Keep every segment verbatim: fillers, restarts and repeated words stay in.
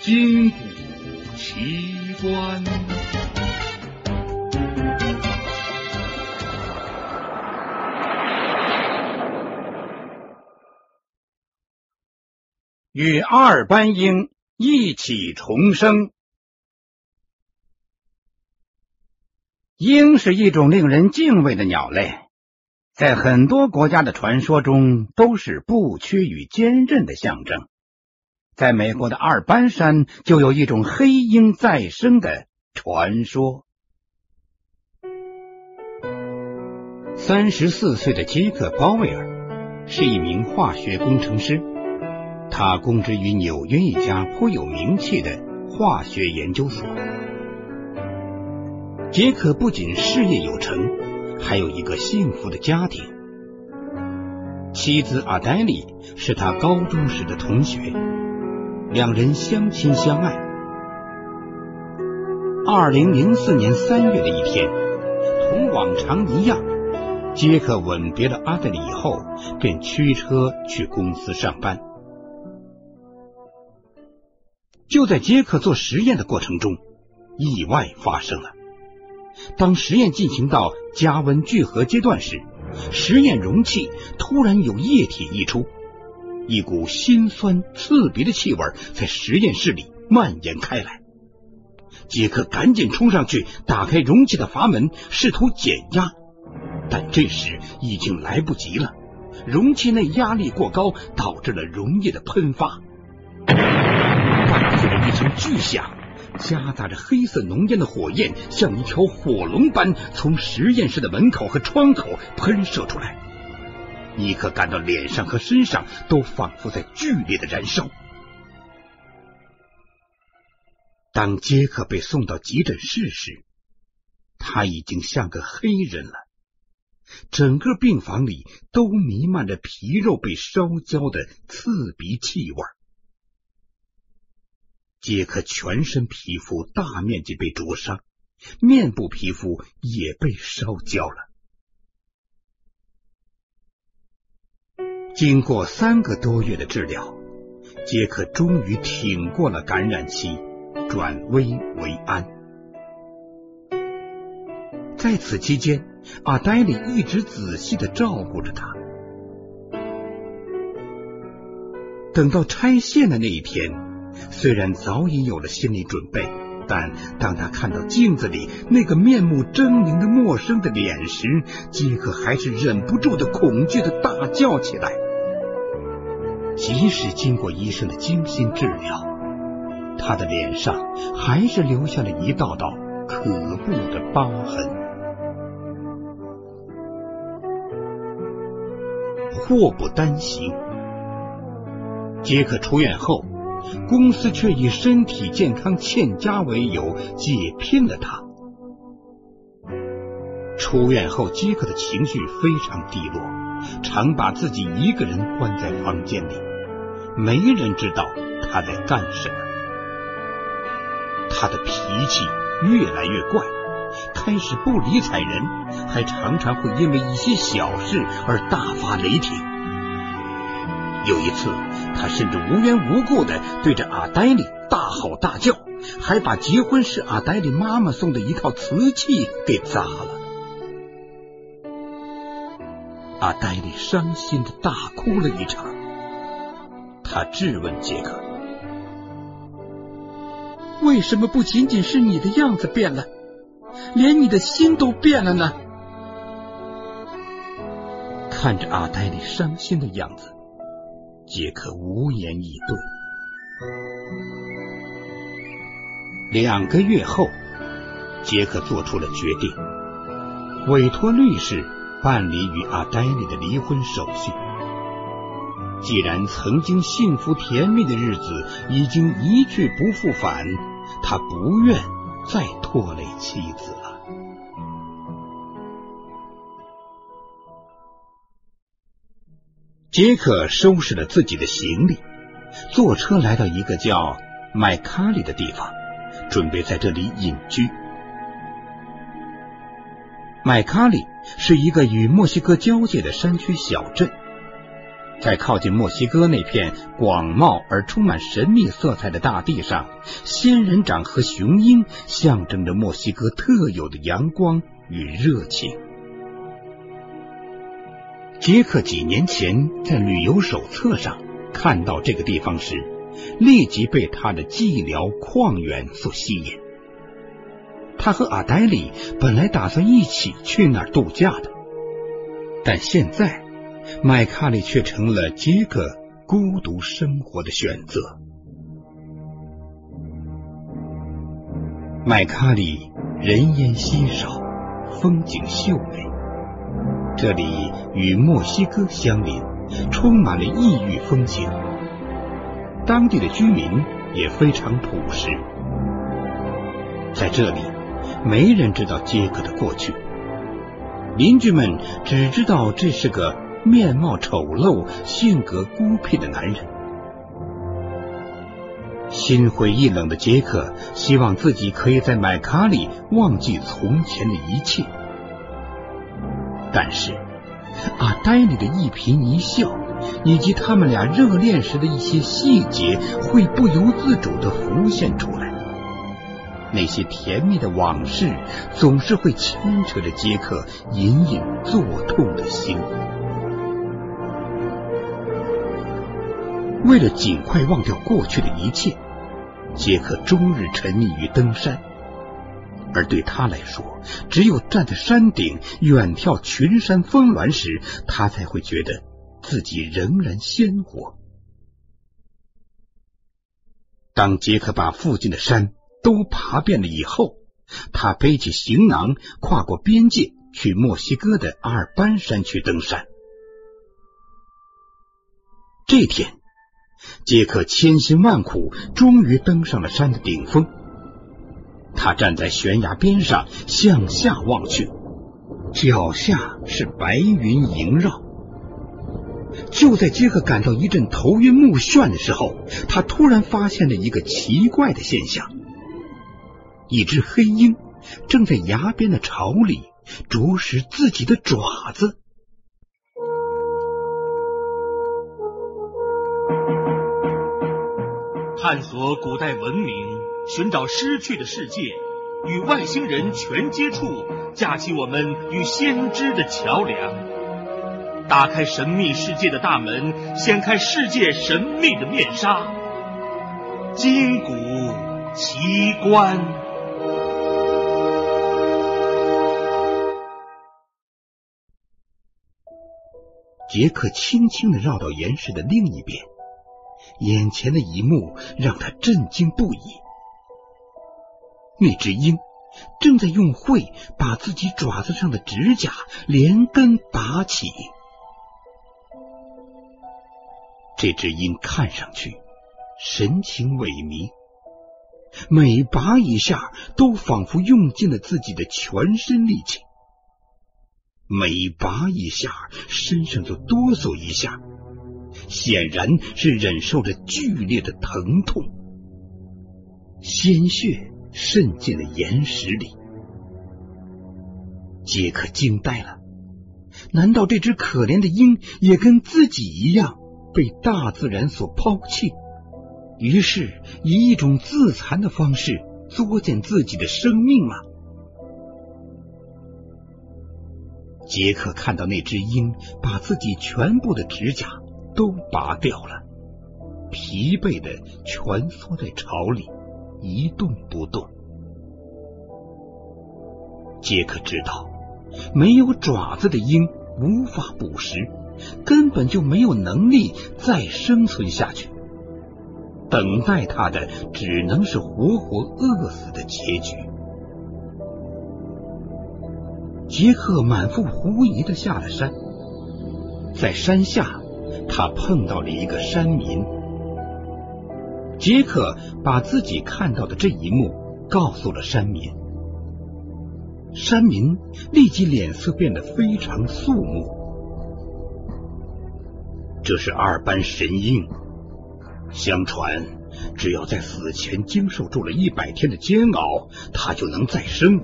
今古奇观。与二班鹰一起重生。鹰是一种令人敬畏的鸟类，在很多国家的传说中都是不屈与坚韧的象征。在美国的阿尔班山就有一种黑鹰再生的传说。三十四岁的杰克·鲍威尔是一名化学工程师，他供职于纽约一家颇有名气的化学研究所。杰克不仅事业有成，还有一个幸福的家庭。妻子阿黛丽是他高中时的同学，两人相亲相爱。二零零四年三月的一天，同往常一样，杰克吻别了阿黛丽以后，便驱车去公司上班。就在杰克做实验的过程中，意外发生了。当实验进行到加温聚合阶段时，实验容器突然有液体溢出，一股辛酸刺鼻的气味在实验室里蔓延开来。杰克赶紧冲上去打开容器的阀门，试图减压，但这时已经来不及了，容器内压力过高，导致了溶液的喷发，伴随着一声巨响，夹杂着黑色浓烟的火焰像一条火龙般从实验室的门口和窗口喷射出来，尼克感到脸上和身上都仿佛在剧烈的燃烧。当杰克被送到急诊室时，他已经像个黑人了，整个病房里都弥漫着皮肉被烧焦的刺鼻气味。杰克全身皮肤大面积被灼伤，面部皮肤也被烧焦了。经过三个多月的治疗，杰克终于挺过了感染期，转危为安。在此期间，阿黛丽一直仔细地照顾着他。等到拆线的那一天，虽然早已有了心理准备，但当他看到镜子里那个面目狰狞的陌生的脸时，杰克还是忍不住的恐惧的大叫起来。即使经过医生的精心治疗，他的脸上还是留下了一道道可怖的疤痕。祸不单行，杰克出院后，公司却以身体健康欠佳为由解聘了他。出院后，杰克的情绪非常低落，常把自己一个人关在房间里，没人知道他在干什么。他的脾气越来越怪，开始不理睬人，还常常会因为一些小事而大发雷霆。有一次，他甚至无缘无故地对着阿黛丽大吼大叫，还把结婚时阿黛丽妈妈送的一套瓷器给砸了。阿黛丽伤心地大哭了一场，他质问杰克：为什么不仅仅是你的样子变了，连你的心都变了呢？看着阿黛丽伤心的样子，杰克无言以对。两个月后，杰克做出了决定，委托律师办理与阿黛丽的离婚手续。既然曾经幸福甜蜜的日子已经一去不复返，他不愿再拖累妻子了。杰克收拾了自己的行李，坐车来到一个叫麦卡里的地方，准备在这里隐居。麦卡里是一个与墨西哥交界的山区小镇， 在靠近墨西哥那片广袤而充满神秘色彩的大地上，仙人掌和雄鹰象征着墨西哥特有的阳光与热情。杰克几年前在旅游手册上看到这个地方时，立即被它的寂寥旷远所吸引。他和阿黛丽本来打算一起去那儿度假的，但现在麦卡里却成了杰克孤独生活的选择。麦卡里人烟稀少，风景秀美，这里与墨西哥相邻，充满了异域风情，当地的居民也非常朴实。在这里没人知道杰克的过去，邻居们只知道这是个面貌丑陋、性格孤僻的男人。心灰意冷的杰克希望自己可以在麦卡里忘记从前的一切，但是阿黛丽的一颦一笑，以及他们俩热恋时的一些细节，会不由自主地浮现出来。那些甜蜜的往事总是会牵扯着杰克隐隐作痛的心。为了尽快忘掉过去的一切，杰克终日沉迷于登山，而对他来说，只有站在山顶远眺群山峰峦时，他才会觉得自己仍然鲜活。当杰克把附近的山都爬遍了以后，他背起行囊，跨过边界去墨西哥的阿尔班山区登山。这天，杰克千辛万苦，终于登上了山的顶峰。他站在悬崖边上，向下望去，脚下是白云萦绕。就在杰克感到一阵头晕目眩的时候，他突然发现了一个奇怪的现象。一只黑鹰正在崖边的巢里啄食自己的爪子。 探索古代文明，寻找失去的世界，与外星人全接触，架起我们与先知的桥梁，打开神秘世界的大门，掀开世界神秘的面纱，今古奇观。 杰克轻轻地绕到岩石的另一边，眼前的一幕让他震惊不已。那只鹰正在用喙把自己爪子上的指甲连根拔起。这只鹰看上去神情萎靡，每拔一下都仿佛用尽了自己的全身力气，每拔一下身上就哆嗦一下，显然是忍受着剧烈的疼痛。鲜血渗进了岩石里。杰克惊呆了，难道这只可怜的鹰也跟自己一样被大自然所抛弃，于是以一种自残的方式作践自己的生命吗？杰克看到那只鹰把自己全部的指甲都拔掉了，疲惫地蜷缩在巢里，一动不动。杰克知道，没有爪子的鹰无法捕食，根本就没有能力再生存下去，等待他的只能是活活饿死的结局。杰克满腹狐疑地下了山，在山下他碰到了一个山民。杰克把自己看到的这一幕告诉了山民，山民立即脸色变得非常肃穆。这是阿尔班神鹰，相传只要在死前经受住了一百天的煎熬，他就能再生。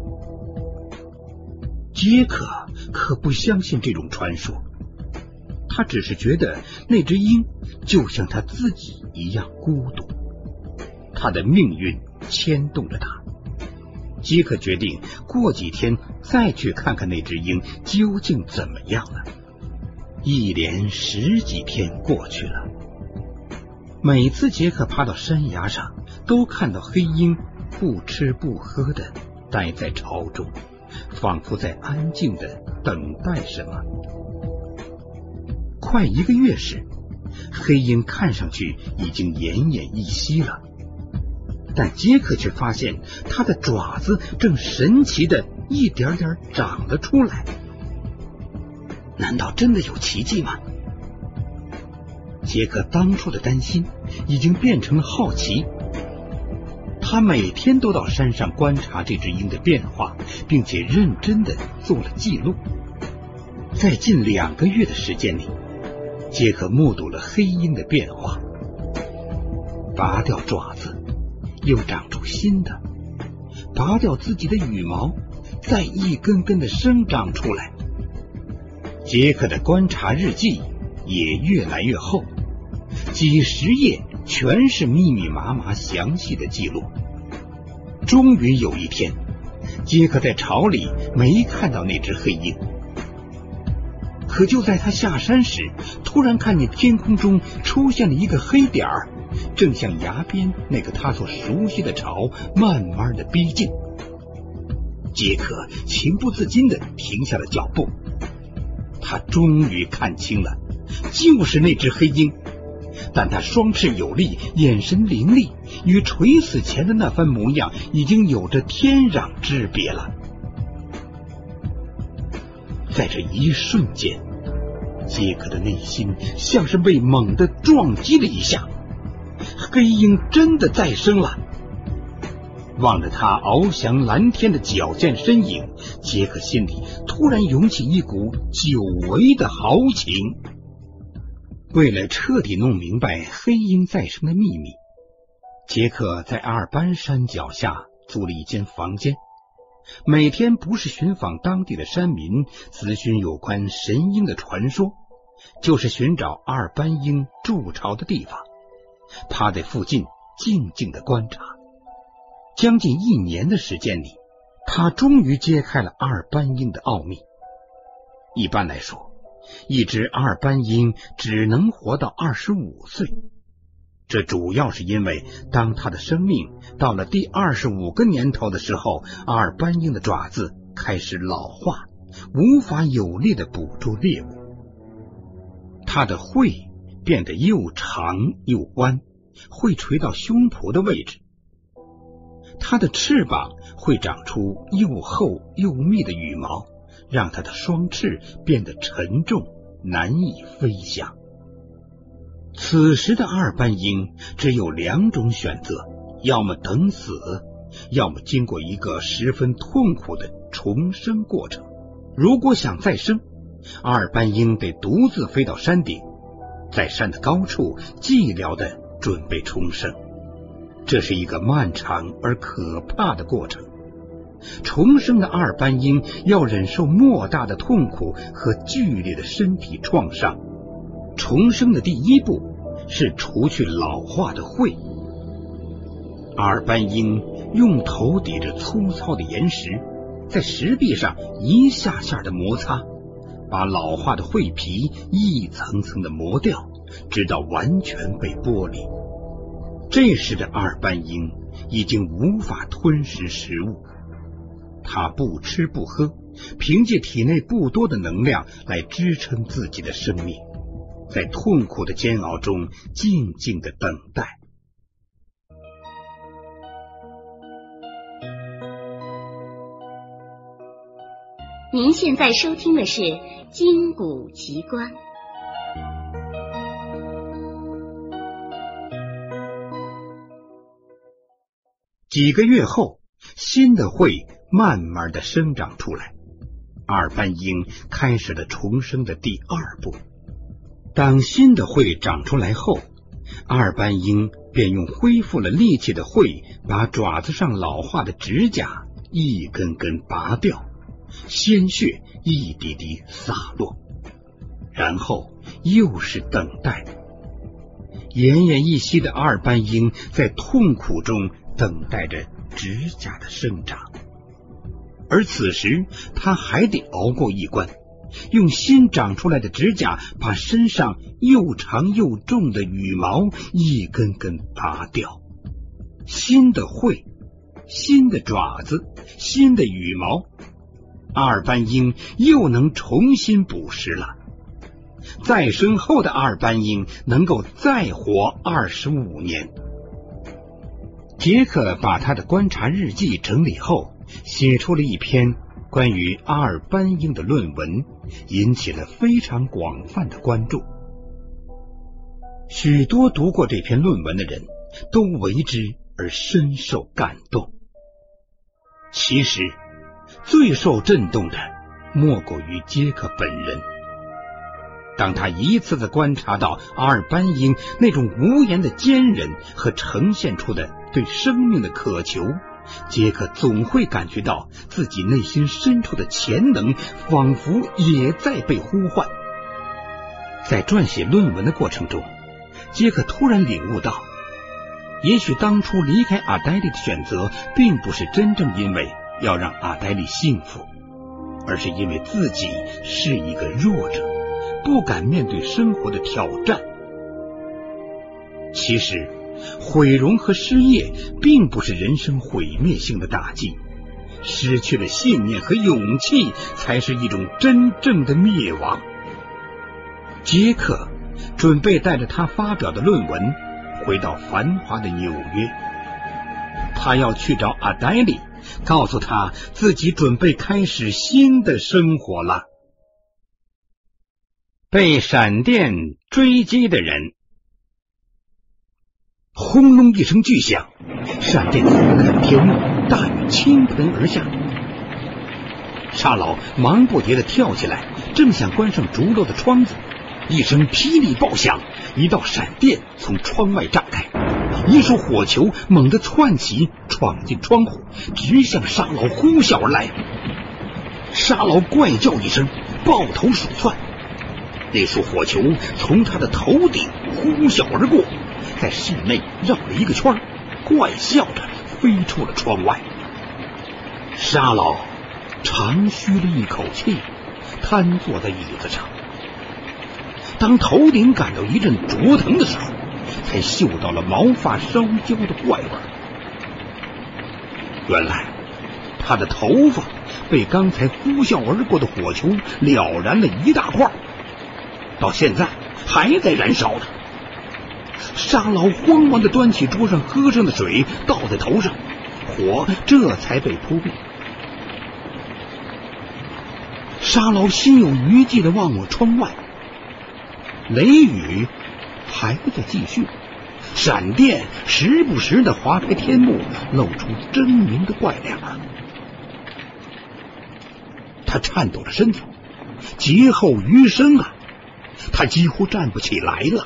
杰克可不相信这种传说， 他只是觉得那只鹰就像他自己一样孤独，他的命运牵动着他。杰克决定过几天再去看看那只鹰究竟怎么样了。一连十几天过去了，每次杰克爬到山崖上，都看到黑鹰不吃不喝的待在巢中，仿佛在安静的等待什么。快一个月时，黑鹰看上去已经奄奄一息了，但杰克却发现它的爪子正神奇的一点点长了出来。难道真的有奇迹吗？杰克当初的担心已经变成了好奇，他每天都到山上观察这只鹰的变化，并且认真的做了记录。在近两个月的时间里，杰克目睹了黑鹰的变化，拔掉爪子，又长出新的，拔掉自己的羽毛，再一根根的生长出来。杰克的观察日记也越来越厚，几十页全是密密麻麻详细的记录。终于有一天，杰克在巢里没看到那只黑鹰，可就在他下山时，突然看见天空中出现了一个黑点儿，正向崖边那个他所熟悉的巢慢慢的逼近。杰克情不自禁的停下了脚步，他终于看清了，就是那只黑鹰，但他双翅有力，眼神凌厉，与垂死前的那番模样已经有着天壤之别了。在这一瞬间，杰克的内心像是被猛地撞击了一下，黑鹰真的再生了。望着他翱翔蓝天的矫健身影，杰克心里突然涌起一股久违的豪情。为了彻底弄明白黑鹰再生的秘密，杰克在阿尔班山脚下租了一间房间，每天不是寻访当地的山民咨询有关神鹰的传说，就是寻找阿尔班鹰筑巢的地方，趴在附近静静的观察。将近一年的时间里，他终于揭开了阿尔班鹰的奥秘。一般来说，一只阿尔班鹰只能活到二十五岁，这主要是因为当它的生命到了第二十五个年头的时候，阿尔班鹰的爪子开始老化，无法有力的捕捉猎物。它的喙变得又长又弯，会垂到胸脯的位置。它的翅膀会长出又厚又密的羽毛，让它的双翅变得沉重，难以飞翔。此时的阿尔班鹰只有两种选择，要么等死，要么经过一个十分痛苦的重生过程。如果想再生，阿尔班鹰得独自飞到山顶，在山的高处寂寥地准备重生。这是一个漫长而可怕的过程。重生的阿尔班鹰要忍受莫大的痛苦和剧烈的身体创伤。重生的第一步是除去老化的喙。阿尔班鹰用头抵着粗糙的岩石，在石壁上一下下的摩擦，把老化的喙皮一层层的磨掉，直到完全被剥离。这时的阿尔班鹰已经无法吞食食物，它不吃不喝，凭借体内不多的能量来支撑自己的生命，在痛苦的煎熬中静静的等待。 您现在收听的是《今古奇观》。 几个月后，新的喙慢慢的生长出来，阿尔班鹰开始了重生的第二步。当新的喙长出来后，阿尔班鹰便用恢复了力气的喙把爪子上老化的指甲一根根拔掉，鲜血一滴滴洒落，然后又是等待。奄奄一息的阿尔班鹰在痛苦中等待着指甲的生长，而此时他还得熬过一关，用新长出来的指甲把身上又长又重的羽毛一根根拔掉。新的喙，新的爪子，新的羽毛，阿尔班鹰又能重新捕食了。再生后的阿尔班鹰能够再活二十五年。杰克把他的观察日记整理后，写出了一篇关于阿尔班鹰的论文，引起了非常广泛的关注。许多读过这篇论文的人都为之而深受感动。其实最受震动的莫过于杰克本人。当他一次次观察到阿尔班鹰那种无言的坚韧和呈现出的对生命的渴求，杰克总会感觉到自己内心深处的潜能仿佛也在被呼唤。在撰写论文的过程中，杰克突然领悟到，也许当初离开阿黛丽的选择并不是真正因为要让阿黛丽幸福，而是因为自己是一个弱者，不敢面对生活的挑战。其实毁容和失业并不是人生毁灭性的打击，失去了信念和勇气才是一种真正的灭亡。杰克准备带着他发表的论文回到繁华的纽约，他要去找阿黛丽，告诉他自己准备开始新的生活了。被闪电追击的人。轰隆一声巨响，闪电撕开天幕，大雨倾盆而下。沙老忙不迭地跳起来，正想关上竹楼的窗子，一声霹雳爆响，一道闪电从窗外炸开，一束火球猛地窜起，闯进窗户，直向沙老呼啸而来。沙老怪叫一声，抱头鼠窜，那束火球从他的头顶呼啸而过，在室内绕了一个圈，怪笑着飞出了窗外。沙老长吁了一口气，瘫坐在椅子上。当头顶感到一阵灼疼的时候，才嗅到了毛发烧焦的怪味。原来他的头发被刚才呼啸而过的火球了燃了一大块，到现在还在燃烧着。沙老慌忙地端起桌上喝上的水，倒在头上，火这才被扑灭。沙老心有余悸地望望窗外，雷雨还在继续，闪电时不时地划开天幕，露出狰狞的怪脸儿。他颤抖着身子，劫后余生啊，他几乎站不起来了。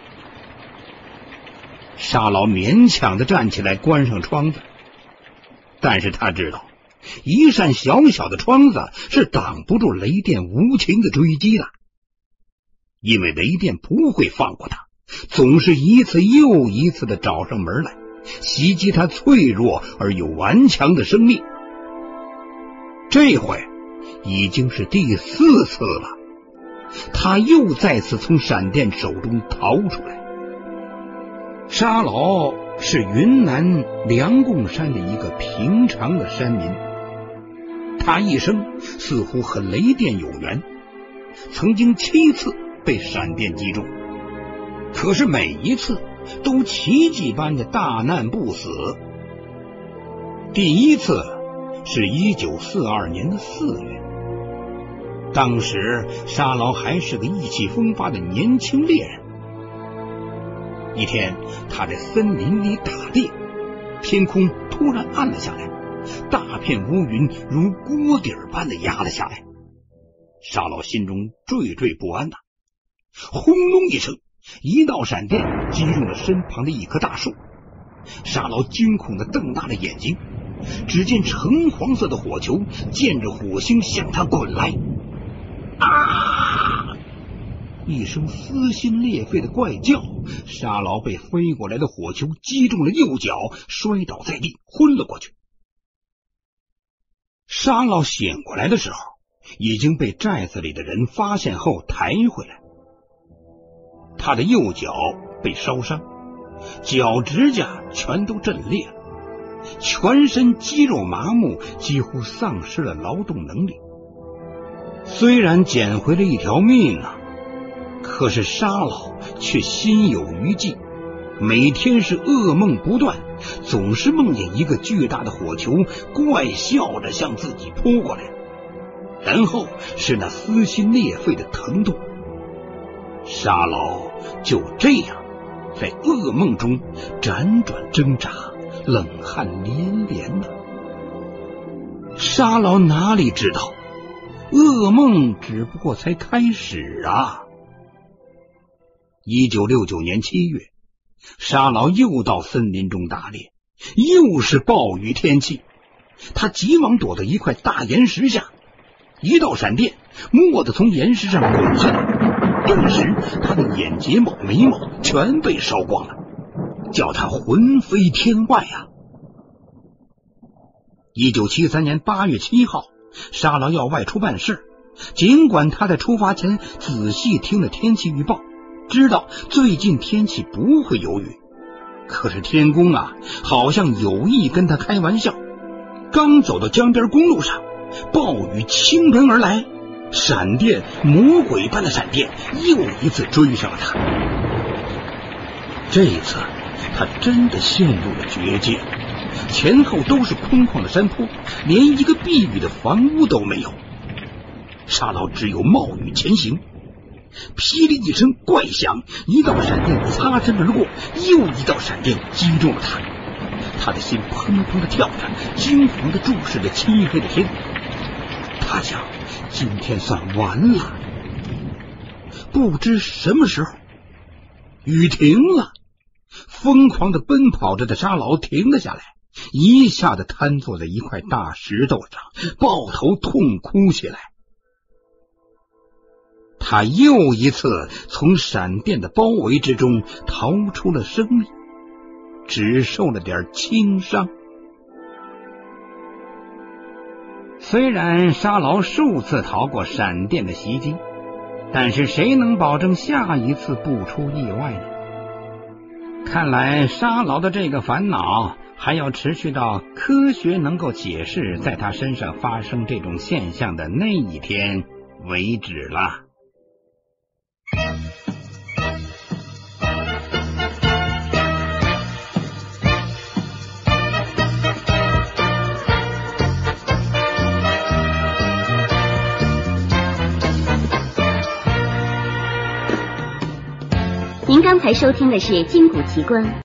沙老勉强地站起来，关上窗子，但是他知道一扇小小的窗子是挡不住雷电无情的追击的，因为雷电不会放过他，总是一次又一次地找上门来，袭击他脆弱而又顽强的生命。这回已经是第四次了，他又再次从闪电手中逃出来。沙老是云南凉贡山的一个平常的山民，他一生似乎和雷电有缘，曾经七次被闪电击中，可是每一次都奇迹般的大难不死。第一次是一九四二年的四月，当时沙老还是个意气风发的年轻猎人。一天，他在森林里打猎，天空突然暗了下来，大片乌云如锅底般的压了下来。沙老心中惴惴不安呐、啊！轰隆一声，一道闪电击中了身旁的一棵大树。沙老惊恐地瞪大了眼睛，只见橙黄色的火球溅着火星向他滚来。啊！ 一声撕心裂肺的怪叫，沙牢被飞过来的火球击中了右脚，摔倒在地，昏了过去。沙牢醒过来的时候，已经被寨子里的人发现后抬回来。他的右脚被烧伤，脚指甲全都震裂了，全身肌肉麻木，几乎丧失了劳动能力。虽然捡回了一条命啊，可是沙老却心有余悸，每天是噩梦不断，总是梦见一个巨大的火球怪笑着向自己扑过来，然后是那撕心裂肺的疼痛。沙老就这样在噩梦中辗转挣扎，冷汗连连的。沙老哪里知道，噩梦只不过才开始啊！一九六九年七月，沙老又到森林中打猎，又是暴雨天气。他急忙躲到一块大岩石下，一道闪电蓦地从岩石上滚下来，顿时他的眼睫毛、眉毛全被烧光了，叫他魂飞天外啊！一九七三年八月七号，沙老要外出办事，尽管他在出发前仔细听了天气预报，知道最近天气不会有雨，可是天公啊，好像有意跟他开玩笑。刚走到江边公路上，暴雨倾盆而来，闪电，魔鬼般的闪电又一次追上了他。这一次他真的陷入了绝境，前后都是空旷的山坡，连一个避雨的房屋都没有。沙老只有冒雨前行。霹雳一声怪响，一道闪电擦身而过，又一道闪电击中了他。他的心砰砰的跳着，惊恐的注视着漆黑的天。他想，今天算完了。不知什么时候，雨停了，疯狂的奔跑着的沙老停了下来，一下子瘫坐在一块大石头上，抱头痛哭起来。他又一次从闪电的包围之中逃出了生命，只受了点轻伤。虽然沙劳数次逃过闪电的袭击，但是谁能保证下一次不出意外呢？看来沙劳的这个烦恼还要持续到科学能够解释在他身上发生这种现象的那一天为止了。 您刚才收听的是《今古奇观》。